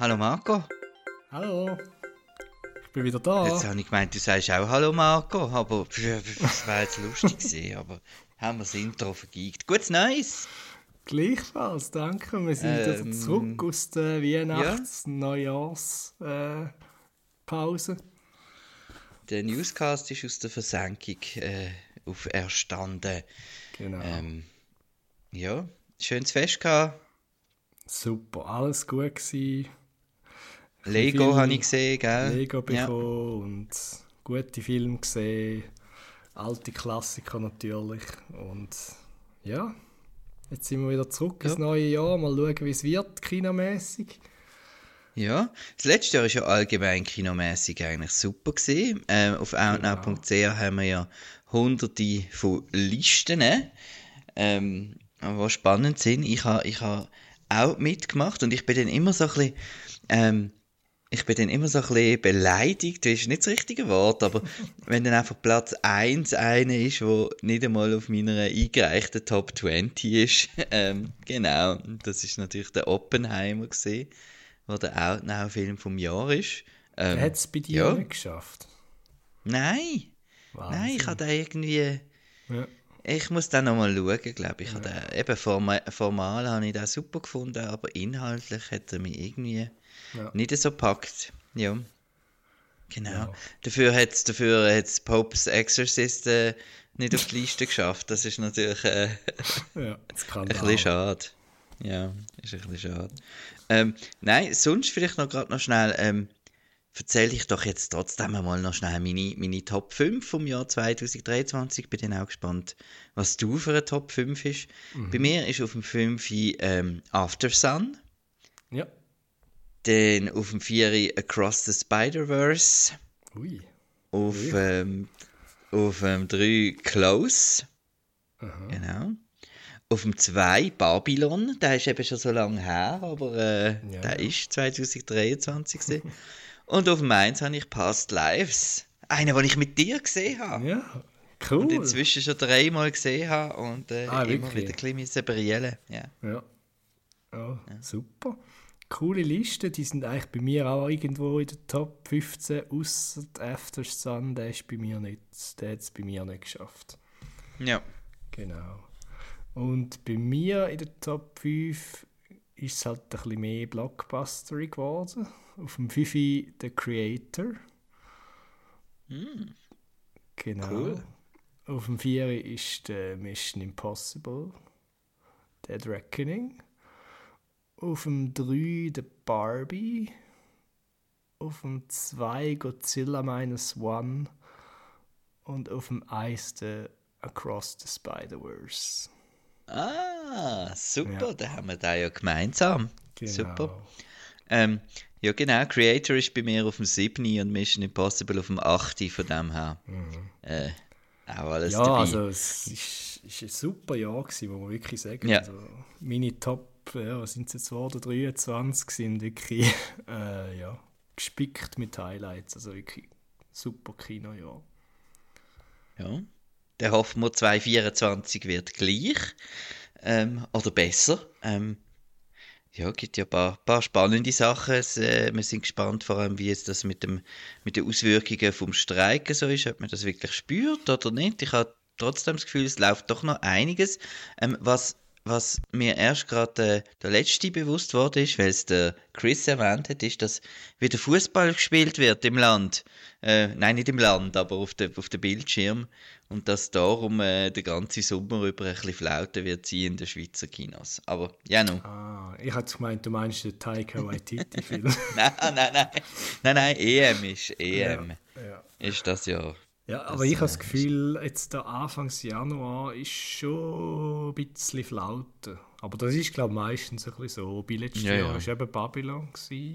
Hallo Marco. Hallo, ich bin wieder da. Jetzt habe ich gemeint, du sagst auch Hallo Marco, aber das wäre jetzt lustig gewesen, aber haben wir das Intro vergeigt. Gutes Neues! Gleichfalls, danke. Wir sind wieder zurück aus der Weihnachts-Neujahrs-Pause. Der Newscast ist aus der Versenkung auferstanden. Genau. Ja, schönes Fest gehabt. Super, alles gut gewesen. Lego habe ich gesehen, gell? Lego bekommen und gute Filme gesehen. Alte Klassiker natürlich. Und ja, jetzt sind wir wieder zurück ins neue Jahr. Mal schauen, wie es wird, kinomässig. Ja, das letzte Jahr war ja allgemein kinomässig eigentlich super gewesen. Auf outnow.ch haben wir ja hunderte von Listen, die spannend sind. Ich ha auch mitgemacht und ich bin dann immer so ein bisschen, beleidigt, das ist nicht das richtige Wort, aber wenn dann einfach Platz 1 einer ist, der nicht einmal auf meiner eingereichten Top 20 ist, genau, das ist natürlich der Oppenheimer gewesen, der der Outnow-Film vom Jahr ist. Hat es bei dir nicht geschafft? Nein, ich habe da irgendwie... Ja. Ich muss dann nochmal schauen, glaube ich. Eben formal habe ich das super gefunden, aber inhaltlich hat er mich irgendwie nicht so gepackt. Ja, genau. Ja. Dafür hat's Pope's Exorcist nicht auf die Liste geschafft. Das ist natürlich ein bisschen schade. Ja, ist ein bisschen schade. Nein, sonst vielleicht gerade noch schnell... erzähle ich doch jetzt trotzdem mal noch schnell meine Top 5 vom Jahr 2023. Bin dann auch gespannt, was du für eine Top 5 ist. Bei mir ist auf dem 5 After Sun. Ja. Dann auf dem 4 Across the Spider-Verse. Ui. Auf dem 3 Close. Aha. Genau. Auf dem 2 Babylon. Der ist eben schon so lange her, aber der ist 2023 Und auf dem 1 habe ich Past Lives. Einen, den ich mit dir gesehen habe. Ja, cool. Und inzwischen schon 3-mal gesehen habe und immer wieder ein bisschen brillen. Ja. Oh, super. Coole Liste, die sind eigentlich bei mir auch irgendwo in der Top 15, ausser After Sun, der hat es bei mir nicht geschafft. Ja. Genau. Und bei mir in der Top 5 ist es halt ein bisschen mehr blockbusterig geworden. Auf dem 5 The Creator. Genau. Cool. Auf dem 4 ist Mission Impossible Dead Reckoning. Auf dem 3 The Barbie. Auf dem 2 Godzilla -1. Und auf dem 1 The Across the Spider-Verse. Ah, super, ja. Da haben wir da ja gemeinsam. Genau. Super. Ja genau, Creator ist bei mir auf dem 7 und Mission Impossible auf dem 8, von dem her. Auch alles dabei. Ja, also es ist ein super Jahr gewesen, muss man wirklich sagen. Ja. Also, meine Top, was sind es jetzt geworden, 23 sind wirklich gespickt mit Highlights. Also wirklich super Kinojahr. Ja. Dann hoffen wir, 2024 wird gleich. Oder besser. Ja, gibt ja ein paar spannende Sachen. Wir sind gespannt, vor allem, wie jetzt das mit den Auswirkungen vom Streiken so ist, ob man das wirklich spürt oder nicht. Ich habe trotzdem das Gefühl, es läuft doch noch einiges. Was mir erst gerade der letzte bewusst wurde, ist, weil es der Chris erwähnt hat, ist, dass wieder Fußball gespielt wird im Land. Nein, nicht im Land, aber auf dem Bildschirm. Und dass darum der ganze Sommer über ein bisschen Flaute wird sein in den Schweizer Kinos. Aber ja, no. Ich hatte gemeint, du meinst den Taika Waititi-Film. Nein, EM ist EM. Ja. Ist das ja. Ja, aber ich habe das Gefühl, jetzt der Anfangs Januar ist schon ein bisschen Flaute. Aber das ist, glaube ich, meistens ein bisschen so. Bei letztes Jahr war eben Babylon.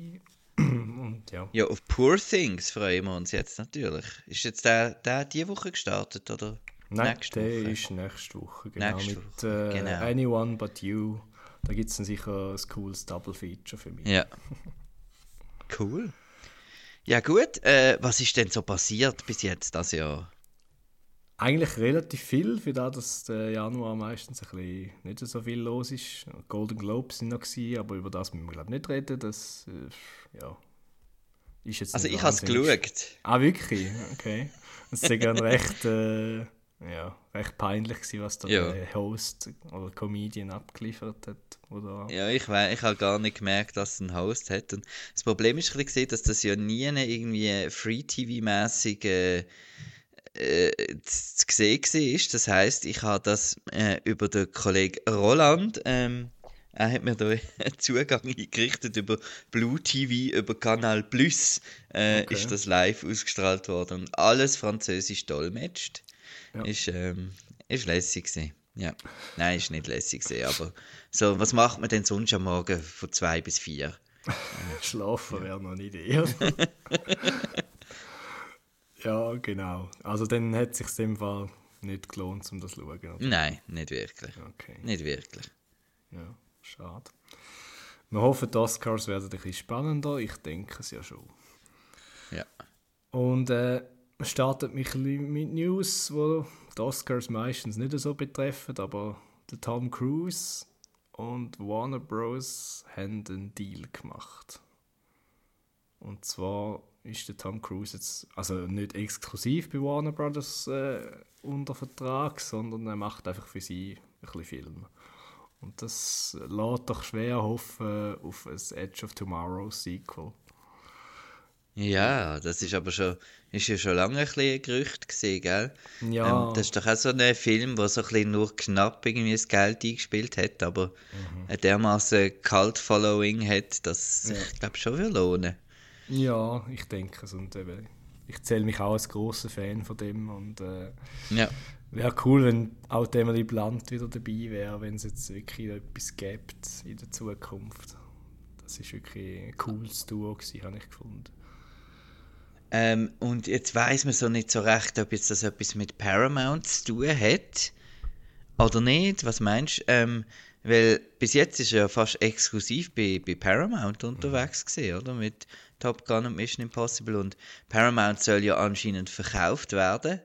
Und, ja, auf Poor Things freuen wir uns jetzt natürlich. Ist jetzt der diese Woche gestartet, oder? Nein, der ist nächste Woche. Genau, mit Anyone But You. Da gibt es dann sicher ein cooles Double-Feature für mich. Ja. Cool. Ja gut, was ist denn so passiert bis jetzt das Jahr? Eigentlich relativ viel, für das, dass der Januar meistens ein bisschen nicht so viel los ist. Golden Globes sind noch gewesen, aber über das müssen wir glaube nicht reden. Das ja, ist jetzt Also nicht ich habe es geschaut. Ah, wirklich? Okay. Es ist ja recht, recht peinlich gewesen, was der Host oder Comedian abgeliefert hat. Oder? Ja, ich habe gar nicht gemerkt, dass es einen Host hat. Und das Problem ist ein bisschen, dass das ja nie irgendwie Free-TV-mässig zu sehen war. Das heisst, ich habe das über den Kollegen Roland, er hat mir da einen Zugang eingerichtet über Blue TV, über Kanal Plus ist das live ausgestrahlt worden. Und alles französisch dolmetscht. Ja. Ist lässig gewesen. Ja. Nein, ist nicht lässig gewesen, aber so, was macht man denn sonst am Morgen von 2 bis 4? Schlafen wäre noch eine Idee. Ja, genau. Also dann hat es sich in dem Fall nicht gelohnt, um das zu schauen. Oder? Nein, nicht wirklich. Okay. Nicht wirklich. Ja, schade. Wir hoffen, die Oscars werden ein bisschen spannender. Ich denke es ja schon. Ja. Und wir starten mit News, die die Oscars meistens nicht so betreffen, aber der Tom Cruise und Warner Bros. Haben einen Deal gemacht. Und zwar ist der Tom Cruise jetzt also nicht exklusiv bei Warner Bros. Unter Vertrag, sondern er macht einfach für sie ein bisschen Film. Und das lässt doch schwer hoffen auf ein Edge of Tomorrow Sequel. Ja, das ist aber schon, ist ja schon lange ein bisschen ein Gerücht gewesen, gell? Ja. Das ist doch auch so ein Film, der so ein bisschen nur knapp irgendwie das Geld eingespielt hat, aber ein dermaßen Cult-Following hat, dass sich, glaube ich, schon lohnen. Ja, ich denke es. Und eben, ich zähle mich auch als grosser Fan von dem. Und wäre cool, wenn auch die Emily Blunt wieder dabei wäre, wenn es jetzt wirklich etwas gibt in der Zukunft. Das ist wirklich ein cooles Duo gewesen, habe ich gefunden. Und jetzt weiss man so nicht so recht, ob jetzt das etwas mit Paramount zu tun hat oder nicht. Was meinst du? Weil bis jetzt ist er ja fast exklusiv bei Paramount unterwegs gewesen, oder? Mit Top Gun und Mission Impossible. Und Paramount soll ja anscheinend verkauft werden.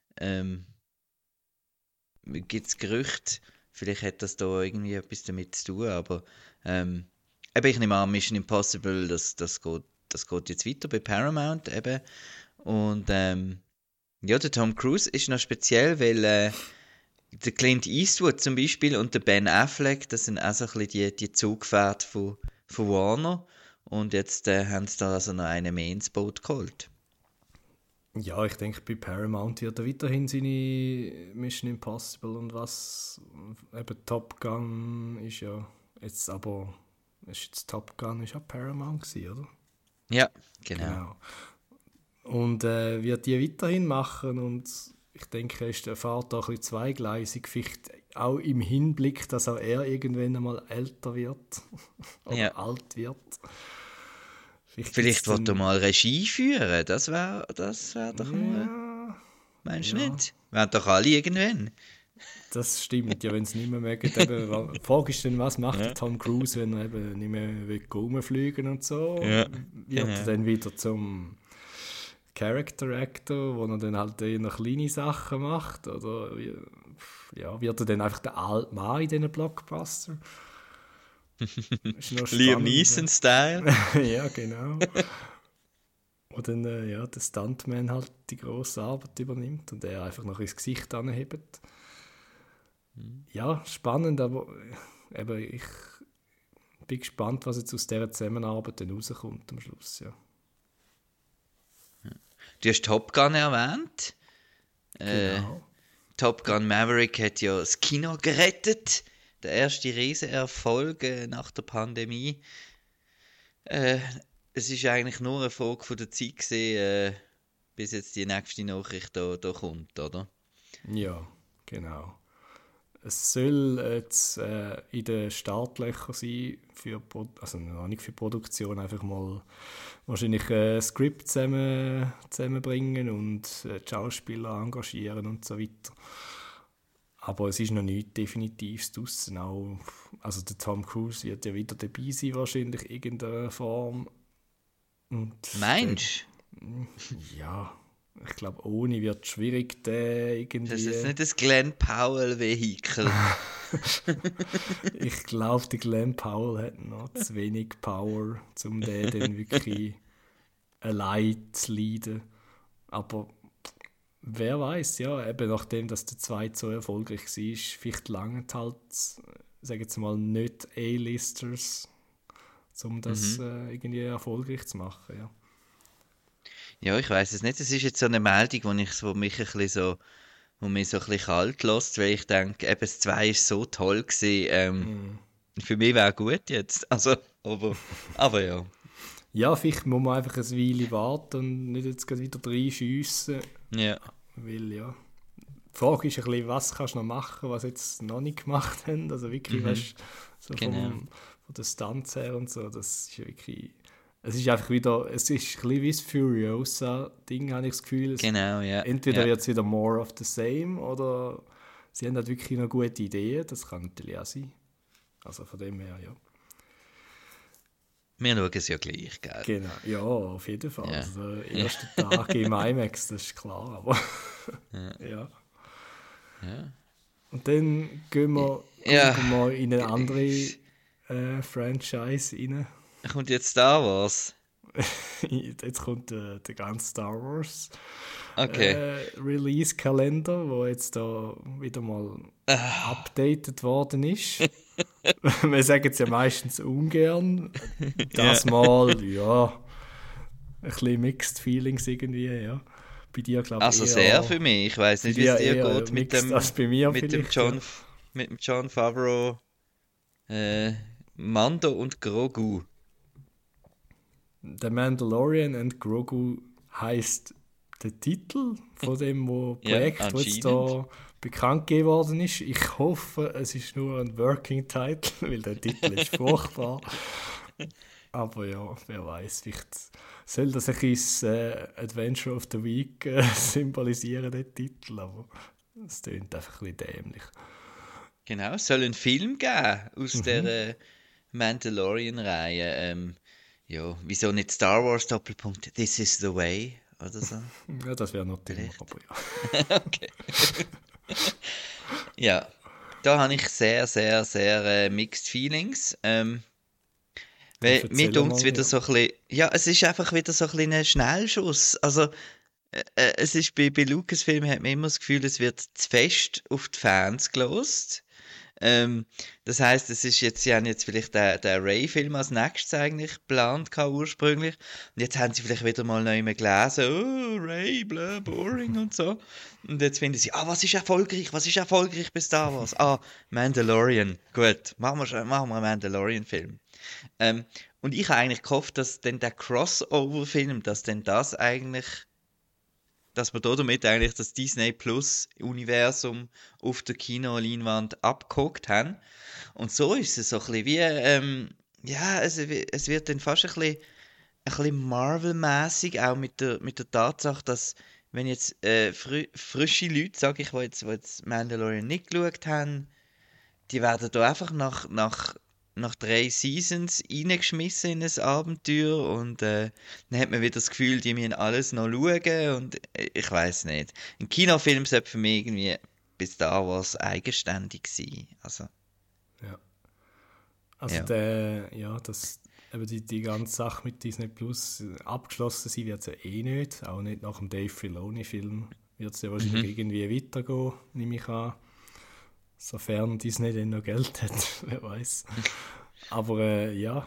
Gibt es Gerüchte? Vielleicht hat das da irgendwie etwas damit zu tun, aber eben, ich nehme an, Mission Impossible, das geht jetzt weiter bei Paramount eben. Und ja, der Tom Cruise ist noch speziell, weil der Clint Eastwood zum Beispiel und der Ben Affleck, das sind auch so ein bisschen die Zugpferde von Warner. Und jetzt haben sie da also noch einen mehr ins Boot geholt. Ja, ich denke, bei Paramount wird er weiterhin seine Mission Impossible und was. Eben Top Gun ist ja jetzt aber. Top Gun ist ja Paramount gewesen, oder? Ja, genau. Und wird die weiterhin machen und ich denke, er fährt da ein bisschen zweigleisig, vielleicht auch im Hinblick, dass auch er irgendwann einmal älter wird oder alt wird. Vielleicht wird er mal Regie führen, das wär doch mal... Meinst du nicht? Wären doch alle irgendwann. Das stimmt, ja, wenn es nicht mehr mögen. Die Frage ist dann, was macht der Tom Cruise, wenn er eben nicht mehr rumfliegen und so? Ja. Wird er dann wieder zum Character Actor, wo er dann halt eher kleine Sachen macht? Oder wird er dann einfach der alte Mann in diesen Blockbuster? Liam Neeson-Style. Ja, genau. Und dann der Stuntman halt die grosse Arbeit übernimmt und er einfach noch ins Gesicht anhebt. Ja, spannend, aber eben, ich bin gespannt, was jetzt aus dieser Zusammenarbeit dann rauskommt am Schluss. Ja. Du hast Top Gun erwähnt. Genau. Top Gun Maverick hat ja das Kino gerettet. Der erste Riesenerfolg nach der Pandemie. Es ist eigentlich nur eine Frage von der Zeit gewesen, bis jetzt die nächste Nachricht da kommt, oder? Ja, genau. Es soll jetzt in den Startlöchern sein, also noch nicht für Produktion, einfach mal wahrscheinlich ein Skript zusammenbringen und die Schauspieler engagieren und so weiter. Aber es ist noch nichts Definitives draussen. Also der Tom Cruise wird ja wieder dabei sein, wahrscheinlich in irgendeiner Form. Und meinst du? Ja, Ich glaube, ohne wird es schwierig, den irgendwie... Das ist jetzt nicht das Glenn Powell-Vehikel. Ich glaube, der Glenn Powell hat noch zu wenig Power, um den dann wirklich allein zu leiden. Aber wer weiß, ja, eben nachdem, dass der zweite so erfolgreich war, vielleicht lange halt, sagen wir mal, nicht A-Listers, um das irgendwie erfolgreich zu machen, ja. Ja, ich weiß es nicht. Es ist jetzt so eine Meldung, wo mich so ein bisschen kalt lässt, weil ich denke, eben das 2 ist so toll gewesen. Für mich wäre gut jetzt. Also, aber ja. Ja, vielleicht muss man einfach eine Weile warten und nicht jetzt gleich wieder reinschiessen. Ja. Weil, ja, die Frage ist ein bisschen, was kannst du noch machen, was jetzt noch nicht gemacht haben. Also wirklich, weißt du, so Genau. von den Stunts her und so, das ist wirklich... Es ist einfach wieder, es ist ein bisschen wie das Furiosa-Ding, habe ich das Gefühl. Genau, ja. Entweder wird es wieder more of the same oder sie haben halt wirklich noch gute Ideen. Das kann natürlich auch sein. Also von dem her, ja. Wir schauen es ja gleich, gell? Genau, ja, auf jeden Fall. Ja. Also, erster Tag im IMAX, das ist klar, aber ja. Und dann gehen wir in eine andere Franchise rein. Kommt jetzt Star Wars? Jetzt kommt der ganze Star Wars Okay. Release-Kalender, wo jetzt da wieder mal updated worden ist. Wir sagen es ja meistens ungern. Das Mal, ja, ein bisschen Mixed Feelings irgendwie, ja. Bei dir, glaube ich, Also sehr für mich. Ich weiß nicht, wie es dir geht mit dem Jon Favreau, Mando und Grogu. The Mandalorian and Grogu heisst der Titel von dem Projekt, das jetzt da bekannt gegeben worden ist. Ich hoffe, es ist nur ein Working Title, weil der Titel ist furchtbar. Aber ja, wer weiß, vielleicht soll das ein bisschen Adventure of the Week symbolisieren, der Titel, aber es klingt einfach ein bisschen dämlich. Genau, es soll einen Film geben aus der Mandalorian-Reihe. Ja, wieso nicht Star Wars Doppelpunkt This is the way oder so? Ja, das wäre noch drin, aber ja. Okay. Ja, da habe ich sehr, sehr, sehr Mixed Feelings. Weil mir dunkt es wieder so ein bisschen, ja, es ist einfach wieder so ein bisschen ein Schnellschuss. Also, es ist bei Lucasfilm hat man immer das Gefühl, es wird zu fest auf die Fans gelost. Das heisst, es ist jetzt, sie haben jetzt vielleicht den Ray-Film als nächstes eigentlich geplant ursprünglich. Und jetzt haben sie vielleicht wieder mal neu gelesen, oh, Ray, blah, boring und so. Und jetzt finden sie, was ist erfolgreich bei Star Wars? Mandalorian, gut, machen wir einen Mandalorian-Film. Und ich habe eigentlich gehofft, dass dann der Crossover-Film, dass man damit eigentlich das Disney Plus Universum auf der Kinoleinwand abgehockt haben. Und so ist es so ein bisschen wie, es wird dann fast ein bisschen Marvel-mäßig, auch mit der Tatsache, dass wenn jetzt frische Leute, sage ich, die jetzt Mandalorian nicht geschaut haben, die werden da einfach nach 3 Seasons reingeschmissen in ein Abenteuer und dann hat man wieder das Gefühl, die müssen alles noch schauen und ich weiß nicht. Ein Kinofilm sollte für mich irgendwie bis Star Wars eigenständig sein. Also eben die ganze Sache mit Disney Plus abgeschlossen sein wird es ja eh nicht. Auch nicht nach dem Dave Filoni-Film wird es ja wahrscheinlich irgendwie weitergehen, nehme ich an. Sofern Disney dann noch Geld hat, wer weiß. Aber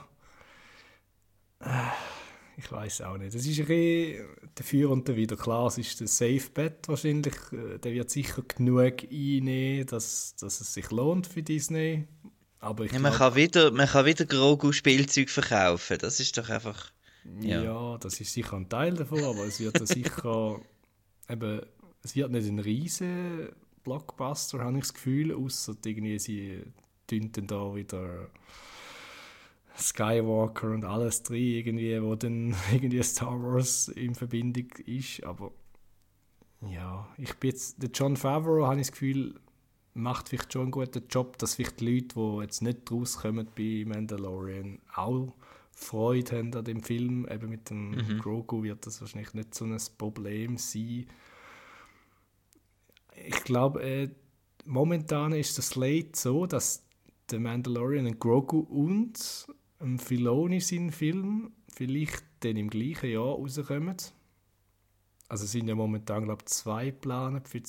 ich weiß auch nicht. Es ist ein bisschen dafür und dawider. Klar, es ist der Safe Bet wahrscheinlich. Der wird sicher genug einnehmen, dass es sich lohnt für Disney. Aber man kann wieder Grogu-Spielzeug verkaufen. Das ist doch einfach... Ja, das ist sicher ein Teil davon, aber es wird sicher... es wird nicht ein riesen Blockbuster, habe ich das Gefühl, ausser irgendwie sie tünten da wieder Skywalker und alles drin, irgendwie, wo dann irgendwie Star Wars in Verbindung ist, aber ja, der Jon Favreau, habe ich das Gefühl, macht vielleicht schon einen guten Job, dass vielleicht die Leute, die jetzt nicht rauskommen bei Mandalorian, auch Freude haben an dem Film. Eben mit dem Grogu wird das wahrscheinlich nicht so ein Problem sein. Ich glaube, momentan ist das Slate so, dass der Mandalorian und Grogu und Filoni seinen Film vielleicht dann im gleichen Jahr rauskommen. Also sind ja momentan, glaube ich, 2 geplant für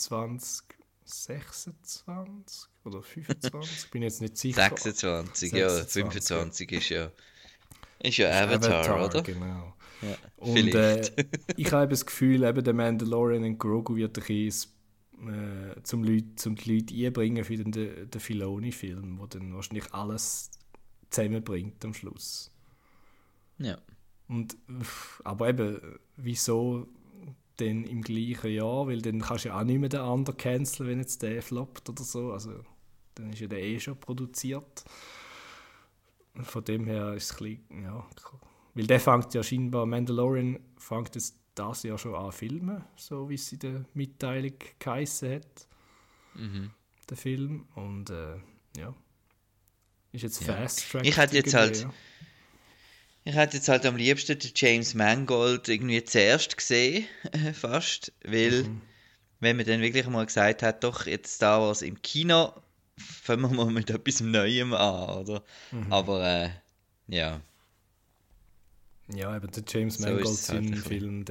2026 oder 25. Ich bin jetzt nicht sicher. 26, 26. Ja, 25 ja. Ist ja Avatar, oder? Genau. Ja, und ich habe das Gefühl, eben der Mandalorian und Grogu wird ein bisschen zum die Leute einbringen für den Filoni-Film, der dann wahrscheinlich alles zusammenbringt am Schluss. Ja. Aber eben, wieso denn im gleichen Jahr? Weil dann kannst du ja auch nicht mehr den anderen canceln, wenn jetzt der floppt oder so. Also dann ist ja der schon produziert. Von dem her ist es ein bisschen, ja. Weil der fängt ja scheinbar, Mandalorian fängt jetzt das Jahr schon an filmen, so wie es in der Mitteilung geheissen hat. Der Film. Und ja. Ist jetzt Fast-Track. Ich hätte jetzt halt am liebsten den James Mangold irgendwie zuerst gesehen, fast, weil wenn man dann wirklich mal gesagt hat, doch, jetzt Star Wars im Kino, fangen wir mal mit etwas Neuem an, oder? Aber, ja. Ja, eben der James Mangold sein Film,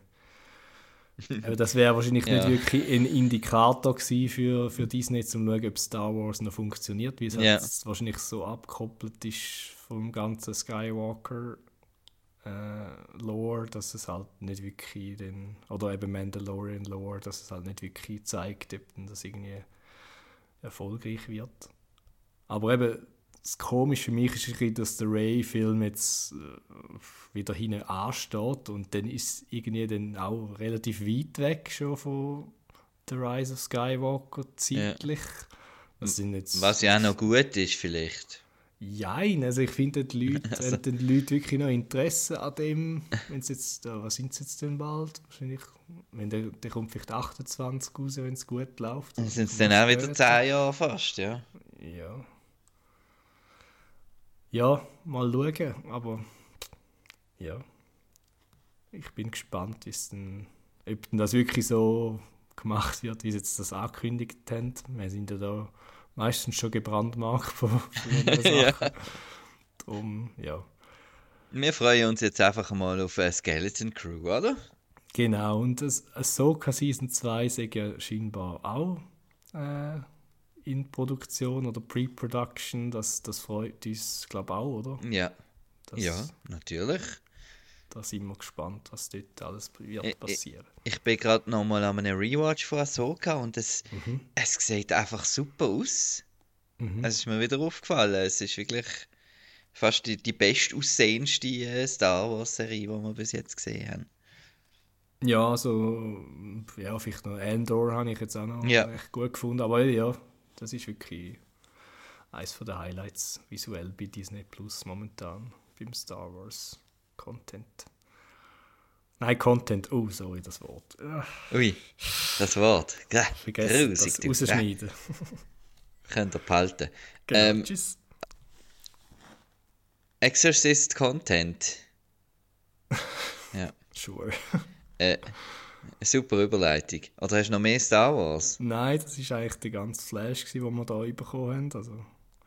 das wäre wahrscheinlich nicht wirklich ein Indikator gewesen für Disney, um zu schauen, ob Star Wars noch funktioniert, weil es halt wahrscheinlich so abgekoppelt ist vom ganzen Skywalker Lore, dass es halt nicht wirklich oder eben Mandalorian Lore, dass es halt nicht wirklich zeigt, ob das irgendwie erfolgreich wird. Aber eben das Komische für mich ist ein bisschen, dass der Rey-Film jetzt wieder hinten ansteht und dann ist es irgendwie dann auch relativ weit weg schon von The Rise of Skywalker zeitlich. Was ja auch noch gut ist vielleicht. Nein, also ich finde, die Leute, wenn die Leute wirklich noch Interesse an dem, wenn es jetzt, was sind es jetzt denn bald? Wahrscheinlich, wenn der kommt vielleicht 28 raus, wenn es gut läuft. Dann sind es dann auch wieder 10 Jahre fast, ja. Ja. Ja, mal schauen, aber ja. Ich bin gespannt, ob denn das wirklich so gemacht wird, wie sie jetzt das angekündigt haben. Wir sind ja da meistens schon gebrandmarkt von Sachen. Darum, ja. Wir freuen uns jetzt einfach mal auf eine Skeleton Crew, oder? Genau, und Ahsoka Season 2 ist ja scheinbar auch in Produktion oder Pre-Production. Das freut uns, glaube ich, auch, oder? Ja, natürlich. Da sind wir gespannt, was dort alles passieren. Ich bin gerade noch mal an einem Rewatch von Ahsoka und es sieht einfach super aus. Es ist mir wieder aufgefallen. Es ist wirklich fast die bestaussehendste Star Wars-Serie, die wir bis jetzt gesehen haben. Ja, also vielleicht noch Andor habe ich jetzt auch noch echt gut gefunden. Aber ja, das ist wirklich eines der Highlights visuell bei Disney Plus momentan beim Star Wars Content. Nein, Content. Oh, sorry, das Wort. Ui, das Wort. Vergessen, das rausschneiden. Könnt ihr behalten. Genau, tschüss. Exorcist Content. Ja. Sure. Super Überleitung. Oder hast du noch mehr Star Wars? Nein, das war eigentlich der ganze Flash, den wir hier bekommen haben. Also,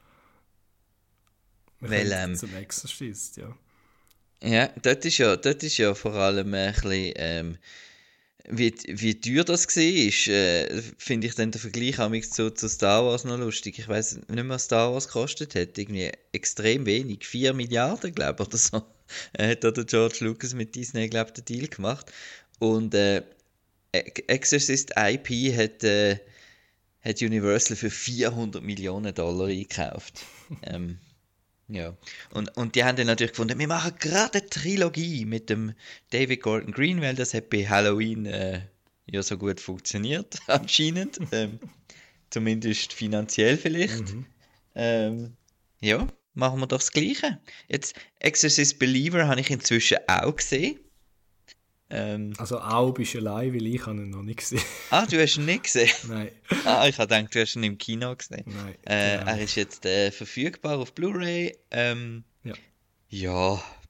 wir kommen zum Exorcist, ja. Ja, dort ist ja vor allem ein bisschen, wie teuer das war, finde ich dann den Vergleich zu Star Wars noch lustig. Ich weiss nicht mehr, was Star Wars gekostet hat. Irgendwie extrem wenig. 4 Milliarden, glaube ich, oder so. Hat da der George Lucas mit Disney, glaube ich, den Deal gemacht. Und Exorcist IP hat Universal für $400 Millionen eingekauft. Ja. Und die haben dann natürlich gefunden, wir machen gerade eine Trilogie mit dem David Gordon Green, weil das hat bei Halloween ja so gut funktioniert, anscheinend. Zumindest finanziell vielleicht. Ja, machen wir doch das Gleiche. Jetzt, Exorcist Believer habe ich inzwischen auch gesehen. Also auch bist du allein, weil ich ihn noch nicht gesehen. Ah, du hast ihn nicht gesehen? Nein. Ich habe gedacht, du hast ihn im Kino gesehen. Nein, Er ist jetzt verfügbar auf Blu-ray. Ja,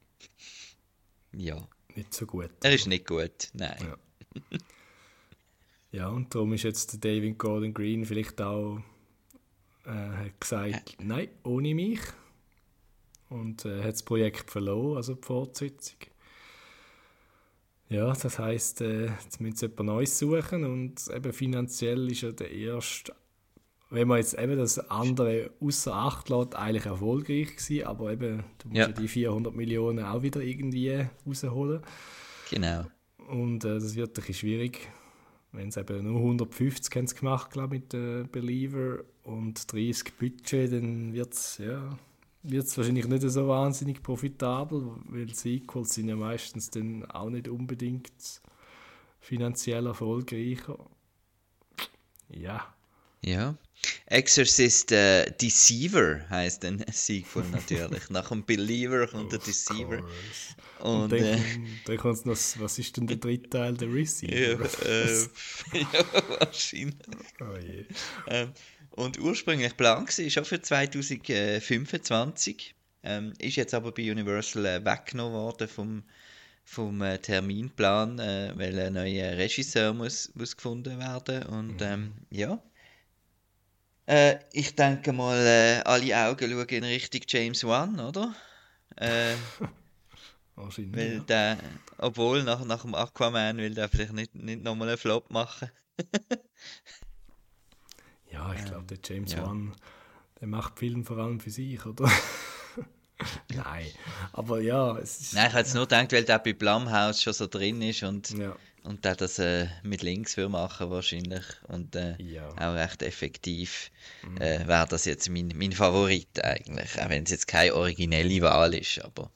Ja. Nicht so gut. Er ist nicht gut, nein. Ja. Ja, und darum ist jetzt der David Gordon Green vielleicht auch hat gesagt, nein, ohne mich. Und hat das Projekt verloren, also die Fortsetzung. Ja, das heisst, jetzt müssen sie jemand Neues suchen und eben finanziell ist ja der erste, wenn man jetzt eben das andere außer Acht lässt, eigentlich erfolgreich gewesen, aber eben, du musst ja die 400 Millionen auch wieder irgendwie rausholen. Genau. Und das wird ein bisschen schwierig, wenn es eben nur 150 haben sie gemacht, glaube ich, mit Believer und 30 Budget, dann wird es wahrscheinlich nicht so wahnsinnig profitabel, weil Sequels sind ja meistens dann auch nicht unbedingt finanziell erfolgreicher. Ja. Ja. Exorcist Deceiver heisst ein Sequel natürlich. Nach dem Believer kommt der Deceiver. Und dann kommt noch, was ist denn der dritte Teil, der Receiver? Ja, wahrscheinlich. Oh je. Und ursprünglich Plan war schon für 2025. Ist jetzt aber bei Universal weggenommen worden vom Terminplan, weil ein neuer Regisseur muss gefunden werden. Und ja. Ich denke mal, alle Augen schauen in Richtung James Wan, oder? Wahrscheinlich, weil der, obwohl nach dem Aquaman will der vielleicht nicht nochmal einen Flop machen. Ja, ich glaube, der James Wan, der macht Film vor allem für sich, oder? Nein, aber ja, es ist... Nein, ich hätte es nur gedacht, weil der bei Blumhouse schon so drin ist und der das mit links will machen wahrscheinlich und auch recht effektiv wäre das jetzt mein Favorit eigentlich, auch wenn es jetzt keine originelle Wahl ist, aber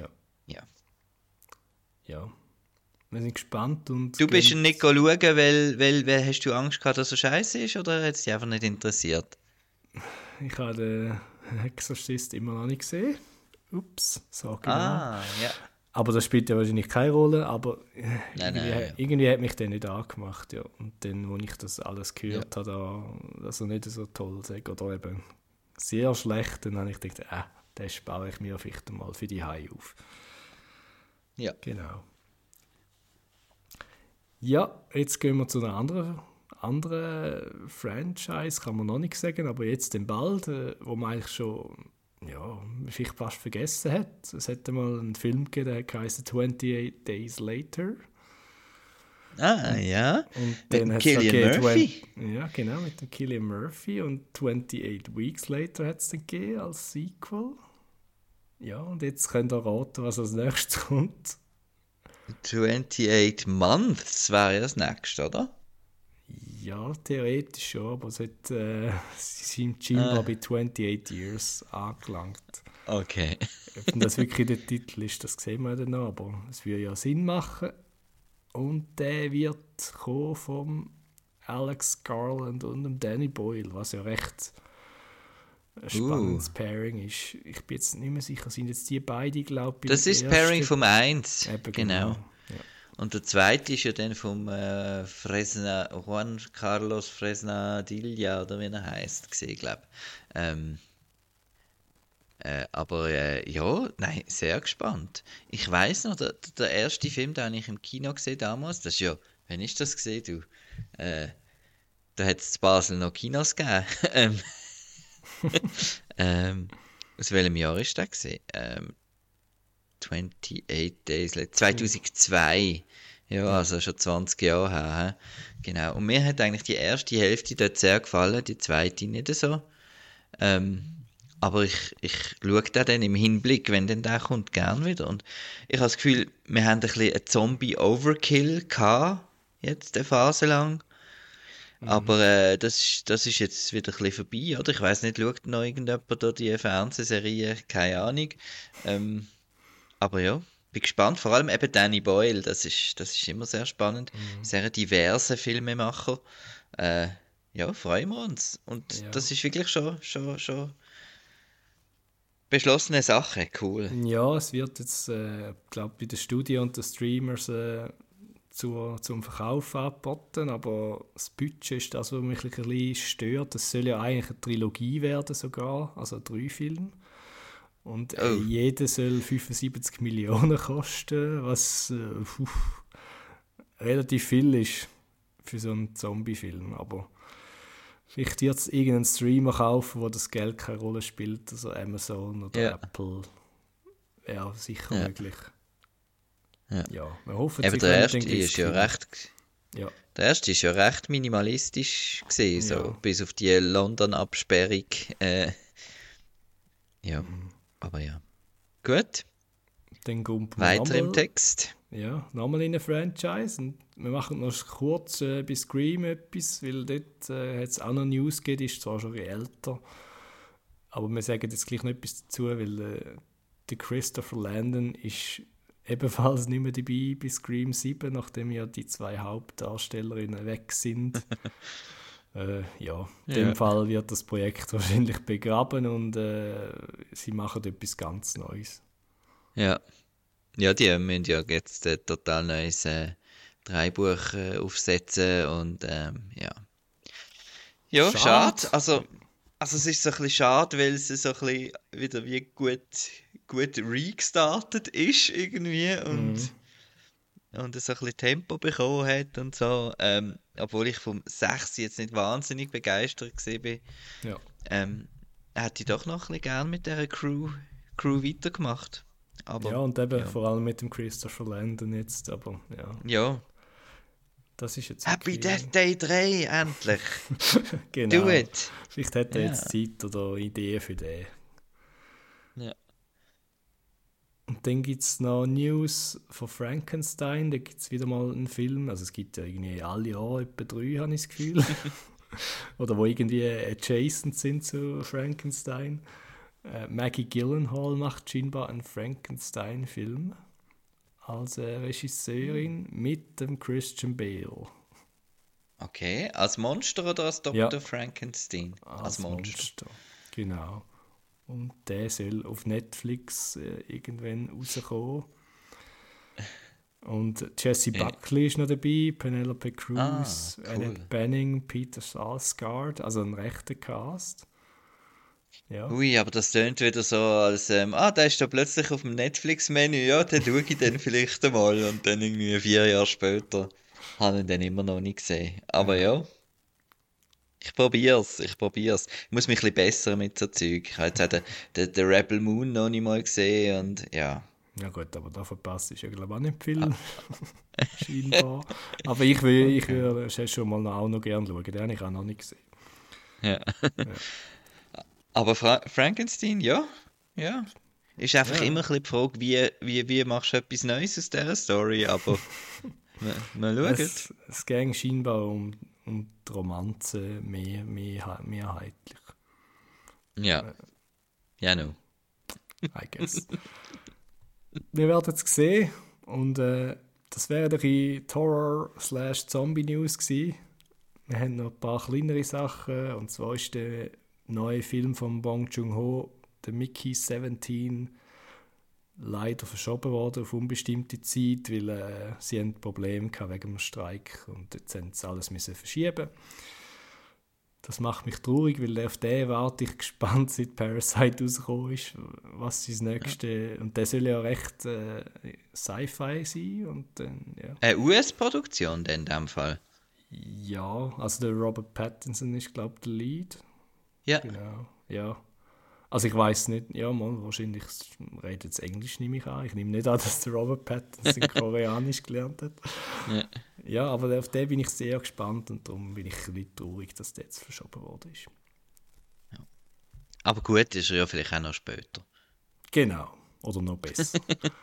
ja. Wir sind gespannt und... Du bist ihn nicht schauen, weil hast du Angst gehabt, dass er scheiße ist oder hat es dich einfach nicht interessiert? Ich habe den Exorcist immer noch nicht gesehen. Ups, so genau. Ja. Aber das spielt ja wahrscheinlich keine Rolle, aber irgendwie hat mich der nicht angemacht. Ja. Und dann, als ich das alles gehört habe, dass er nicht so toll ist oder eben sehr schlecht, dann habe ich gedacht, den spare ich mir vielleicht mal für die High auf. Ja. Genau. Ja, jetzt gehen wir zu einer anderen Franchise, kann man noch nicht sagen, aber jetzt dann bald, wo man eigentlich schon vielleicht fast vergessen hat. Es hätte mal einen Film gegeben, der heisst 28 Days Later. Ja. Und dann mit Cillian Murphy. Ja, genau, mit dem Cillian Murphy. Und 28 Weeks Later hat es dann gegeben als Sequel. Ja, und jetzt könnt ihr raten, was als nächstes kommt. 28 Months wäre ja das nächste, oder? Ja, theoretisch schon, aber sie sind scheinbar bei 28 Years angelangt. Okay. Ob das wirklich der Titel ist, das sehen wir dann noch, aber es würde ja Sinn machen. Und der wird kommen vom Alex Garland und dem Danny Boyle, was ja recht ein spannendes Pairing ist. Ich bin jetzt nicht mehr sicher, sind jetzt die beide, glaube ich, das ist das Pairing vom 1. Genau. Ja. Und der zweite ist ja dann vom Juan Carlos Fresnadilla, oder wie er heisst, gesehen, glaube ich. Aber nein, sehr gespannt. Ich weiss noch, der erste Film, den habe ich im Kino gesehen damals, das ist ja, wann ist das gesehen, du? Da hat es in Basel noch Kinos gegeben. Aus welchem Jahr ist der gesehen? 28 Days Later, 2002. Ja, also schon 20 Jahre her. Genau. Und mir hat eigentlich die erste Hälfte dort sehr gefallen, die zweite nicht so. Aber ich schaue den dann im Hinblick, wenn denn der kommt, gern wieder. Und ich habe das Gefühl, wir haben ein bisschen einen Zombie-Overkill gehabt, jetzt eine Phase lang. Aber das ist jetzt wieder ein bisschen vorbei, oder? Ich weiss nicht, schaut noch irgendjemand da die Fernsehserie? Keine Ahnung. Aber ja, bin gespannt. Vor allem eben Danny Boyle, das ist immer sehr spannend. Sehr diverse Filmemacher. Ja, freuen wir uns. Und das ist wirklich schon beschlossene Sache. Cool. Ja, es wird jetzt, glaube bei den Studien und den Streamers zum Verkauf angeboten, aber das Budget ist das, was mich ein bisschen stört. Es soll ja eigentlich eine Trilogie werden sogar, also 3 Filme. Und jeder soll 75 Millionen kosten, was relativ viel ist für so einen Zombie-Film. Aber vielleicht wird es irgendeinen Streamer kaufen, wo das Geld keine Rolle spielt, also Amazon oder Apple. Ja, sicher möglich. Ja, wir hoffen, aber der erste ist ja recht... Ja. Der erste ist ja recht minimalistisch gesehen, so bis auf die London-Absperrung. Aber ja. Gut. Dann weiter im Text. Ja, nochmal in eine Franchise. Und wir machen noch kurz bei Scream etwas, weil dort hat es auch noch News gegeben, die ist zwar schon älter, aber wir sagen jetzt gleich noch etwas dazu, weil der Christopher Landon ist ebenfalls nicht mehr dabei bei Scream 7, nachdem ja die 2 Hauptdarstellerinnen weg sind. In dem Fall wird das Projekt wahrscheinlich begraben und sie machen etwas ganz Neues. Ja, die müssen ja jetzt ein total neues Drehbuch aufsetzen und Ja, schade. Also es ist so ein bisschen schade, weil es so ein bisschen wieder wie gut restartet ist irgendwie und so ein bisschen Tempo bekommen hat und so. Obwohl ich vom 6 jetzt nicht wahnsinnig begeistert war. Ja. Hätte ich doch noch ein bisschen gern mit dieser Crew weitergemacht. Aber, ja, und eben vor allem mit dem Christopher Landon jetzt, aber ja. Ja. Das ist jetzt Happy Death Day 3, endlich! Genau. Do it! Vielleicht hat er jetzt Zeit oder Ideen für den. Ja. Und dann gibt es noch News von Frankenstein, da gibt es wieder mal einen Film, also es gibt ja irgendwie alle Jahre etwa 3, habe ich das Gefühl. Oder wo irgendwie adjacent sind zu Frankenstein. Maggie Gyllenhaal macht scheinbar einen Frankenstein-Film als Regisseurin mit dem Christian Bale. Okay, als Monster oder als Dr. Frankenstein? Als Monster. Genau. Und der soll auf Netflix irgendwann rauskommen. Und Jessie Buckley ist noch dabei, Penelope Cruz, cool. Annette Bening, Peter Sarsgaard, also ein rechter Cast. Ja. Ui, aber das tönt wieder so, als der ist da plötzlich auf dem Netflix-Menü, ja, den schaue ich dann vielleicht einmal und dann irgendwie 4 Jahre später habe ich ihn dann immer noch nicht gesehen. Aber ja, ich probier's. Ich muss mich ein bisschen besser mit so Zeug. Ich habe jetzt auch den Rebel Moon noch nicht mal gesehen und ja. Ja gut, aber da verpasst ist ja glaube ich auch nicht viel. Scheinbar. Aber ich würde schon mal auch noch gerne schauen, den habe ich auch noch nicht gesehen. Ja. Aber Frankenstein, ja. Ist einfach immer ein bisschen die Frage, wie machst du etwas Neues aus dieser Story, aber wir schauen. Es ging scheinbar um die Romanze mehrheitlich. Ja. Ja, no. I guess. Wir werden es sehen und das wäre die Horror/Zombie-News gewesen. Wir haben noch ein paar kleinere Sachen und zwar ist der neue Film von Bong Joon-ho, der Mickey 17, leider verschoben worden auf unbestimmte Zeit, weil sie ein Problem hatten wegen dem Streik und jetzt haben sie alles verschieben. Das macht mich traurig, weil auf den warte ich gespannt, seit Parasite rausgekommen ist, was das nächste... Und der soll ja recht Sci-Fi sein und dann, ja. Eine US-Produktion denn in dem Fall? Ja, also der Robert Pattinson ist, glaube ich, der Lead. Ja. Genau, ja. Also ich weiß nicht, ja, wahrscheinlich redet jetzt Englisch, nehme ich an. Ich nehme nicht an, dass der Robert Pattinson Koreanisch gelernt hat. Ja, aber auf den bin ich sehr gespannt und darum bin ich ein bisschen traurig, dass der jetzt verschoben worden ist. Ja. Aber gut ist er ja vielleicht auch noch später. Genau, oder noch besser.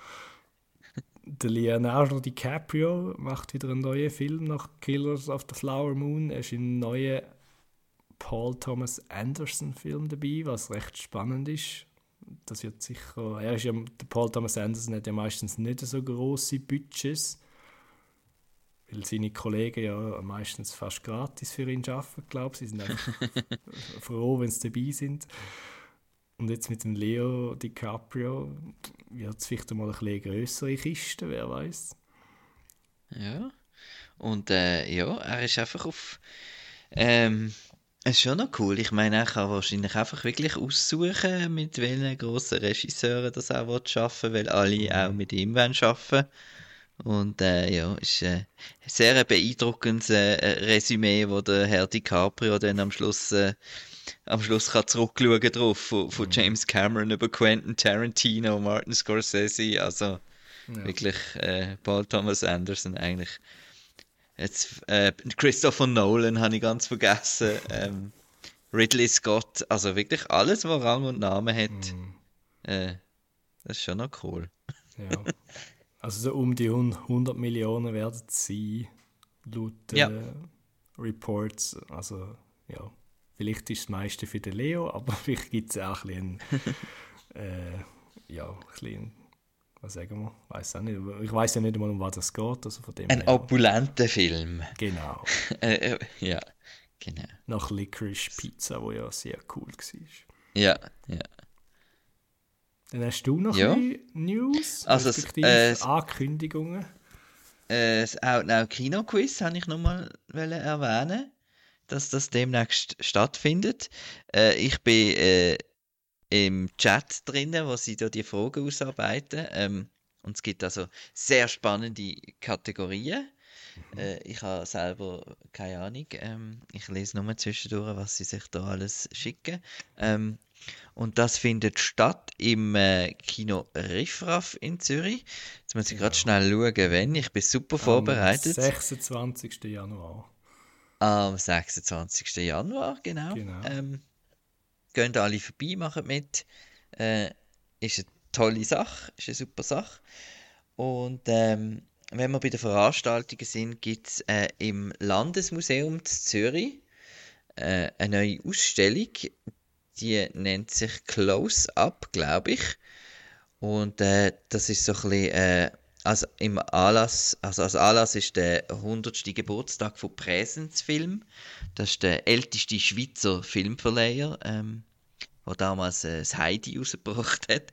Der Leonardo DiCaprio macht wieder einen neuen Film nach Killers of the Flower Moon. Er ist in einem neuen Paul Thomas Anderson Film dabei, was recht spannend ist. Das wird sicher... der Paul Thomas Anderson hat ja meistens nicht so grosse Budgets, weil seine Kollegen ja meistens fast gratis für ihn arbeiten, glaube ich. Sie sind einfach froh, wenn sie dabei sind. Und jetzt mit dem Leo DiCaprio wird es vielleicht mal ein bisschen grössere Kiste, wer weiß. Ja. Und er ist einfach auf Es ist schon noch cool. Ich meine, er kann wahrscheinlich einfach wirklich aussuchen, mit welchen grossen Regisseuren das auch arbeiten will, weil alle auch mit ihm arbeiten wollen. Und ja, ist ein sehr beeindruckendes Resümee, wo der Herr DiCaprio dann am Schluss kann zurückschauen drauf, von James Cameron über Quentin Tarantino, Martin Scorsese, also wirklich Paul Thomas Anderson eigentlich. Jetzt, Christopher Nolan habe ich ganz vergessen, Ridley Scott, also wirklich alles, was Rang und Namen hat, das ist schon noch cool. Ja. Also so um die 100 Millionen werden es sein, laut Reports. Also ja, vielleicht ist das meiste für den Leo, aber vielleicht gibt es auch ein bisschen, was sagen wir, weiß auch nicht. Ich weiß ja nicht einmal, um was es geht. Also von dem Ein opulenter Film. Genau. Ja, genau. Nach Licorice Pizza, wo ja sehr cool war. Ja. Dann hast du noch ein News, also Ankündigungen. Das Outnow Kino Quiz habe ich nochmal erwähnen, dass das demnächst stattfindet. Ich bin im Chat drinnen, wo sie da die Fragen ausarbeiten. Und es gibt also sehr spannende Kategorien. Ich habe selber keine Ahnung. Ich lese nur zwischendurch, was sie sich da alles schicken. Und das findet statt im Kino Riffraff in Zürich. Jetzt muss ich gerade schnell schauen, wenn. Ich bin super vorbereitet. Am 26. Januar. Am 26. Januar, genau. Gehen alle vorbei, machen mit. Ist eine tolle Sache, ist eine super Sache. Und wenn wir bei den Veranstaltungen sind, gibt es im Landesmuseum in Zürich eine neue Ausstellung. Die nennt sich Close-Up, glaube ich. Und das ist so ein bisschen, also im Anlass, als Anlass ist der 100. Geburtstag von Präsenzfilm. Das ist der älteste Schweizer Filmverleiher, der damals das Heidi rausgebracht hat.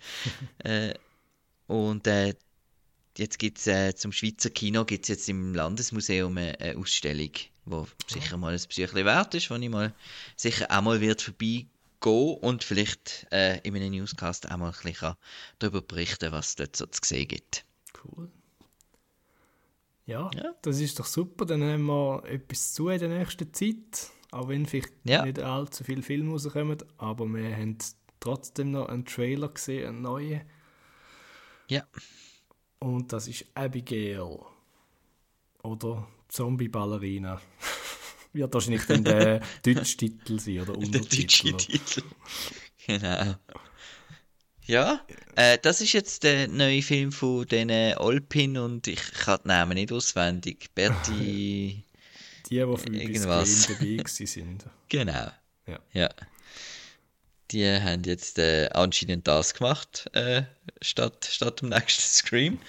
Und jetzt gibt es zum Schweizer Kino gibt's jetzt im Landesmuseum eine Ausstellung, die sicher mal ein Besuchchen wert ist, wo ich mal sicher auch mal wird vorbeigehen und vielleicht in einem Newscast auch mal ein bisschen darüber berichten, was es dort so zu sehen gibt. Cool. Ja, das ist doch super. Dann haben wir etwas zu in der nächsten Zeit. Auch wenn vielleicht nicht allzu viele Filme rauskommen. Aber wir haben trotzdem noch einen Trailer gesehen, einen neuen. Ja. Und das ist Abigail. Oder Zombie-Ballerina. Wird wahrscheinlich dann der deutsche Titel sein, oder Untertitel. Der deutsche Titel. Genau. Ja, das ist jetzt der neue Film von den Olpin und ich kann die Namen nicht auswendig. Berti... Die für mich irgendwas dabei sind. Genau. Ja. Die haben jetzt anscheinend das gemacht, statt dem nächsten Scream.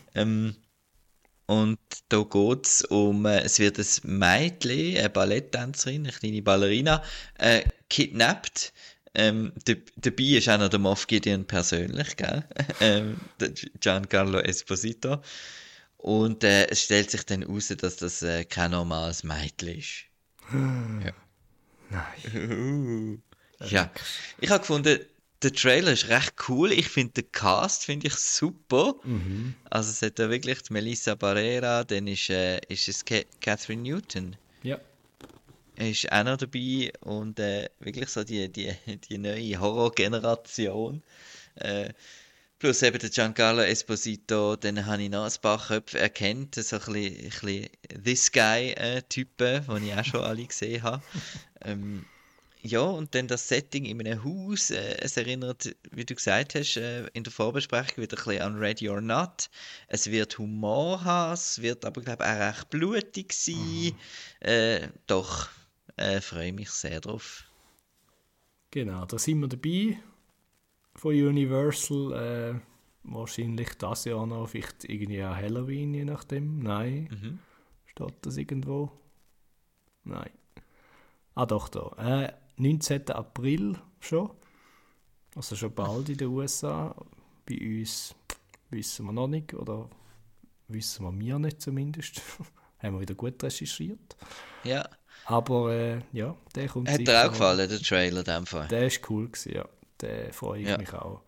Und da geht es es wird ein Mädchen, eine Balletttänzerin, eine kleine Ballerina, kidnappt. Dabei ist auch noch der Moff Gideon persönlich, gell? Der Giancarlo Esposito. Und es stellt sich dann heraus, dass das kein normales Mädchen ist. Ja. Nein. Ja. Ich habe gefunden, der Trailer ist recht cool. Ich finde den Cast super. Also es hat da wirklich die Melissa Barrera, dann ist es Catherine Newton. Ja. Ist auch noch dabei und wirklich so die neue Horrorgeneration. Plus eben der Giancarlo Esposito, dann habe ich noch ein paar Köpfe erkannt, so ein bisschen This Guy-Typen, die ich auch schon alle gesehen habe. Ja, und dann das Setting in einem Haus, es erinnert, wie du gesagt hast, in der Vorbesprechung wieder ein bisschen an Ready or Not. Es wird Humor haben, es wird aber, glaube ich, auch recht blutig sein. Doch, freue mich sehr drauf. Genau, da sind wir dabei von Universal. Wahrscheinlich das Jahr noch, vielleicht irgendwie an Halloween, je nachdem. Nein. Steht das irgendwo? Nein. Ah doch, da. 19. April schon. Also schon bald in den USA. Bei uns wissen wir noch nicht, oder wissen wir nicht zumindest. Haben wir wieder gut recherchiert. Ja, Aber ja, der kommt Hat dir auch gefallen, der Trailer in dem Fall? Der ist cool gewesen, ja. Der freue ich mich auch.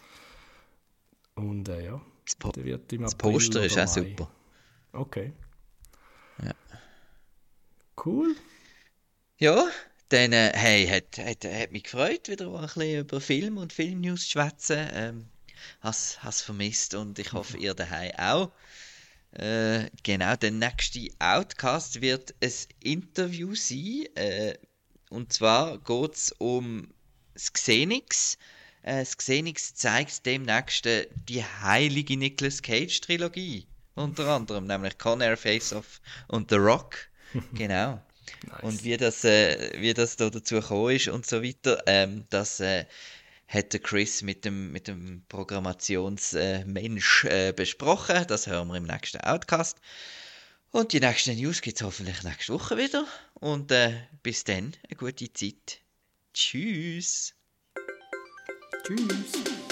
Und ja, der wird im April das Poster ist auch Mai. super. Okay. Ja. Cool. Ja, dann hat mich gefreut, wieder mal ein bisschen über Film und Filmnews zu schwätzen. Has vermisst und ich hoffe, ihr daheim auch. Genau, der nächste Outcast wird ein Interview sein. Und zwar geht es um das Xenix. Das Xenix zeigt demnächst die heilige Nicolas Cage Trilogie. Unter anderem, nämlich Con Air, Face Off und The Rock. Genau. Nice. Und wie das da dazu gekommen ist und so weiter, das hat der Chris mit dem Programmationsmensch besprochen. Das hören wir im nächsten Outcast. Und die nächsten News gibt es hoffentlich nächste Woche wieder. Und bis dann, eine gute Zeit. Tschüss. Tschüss.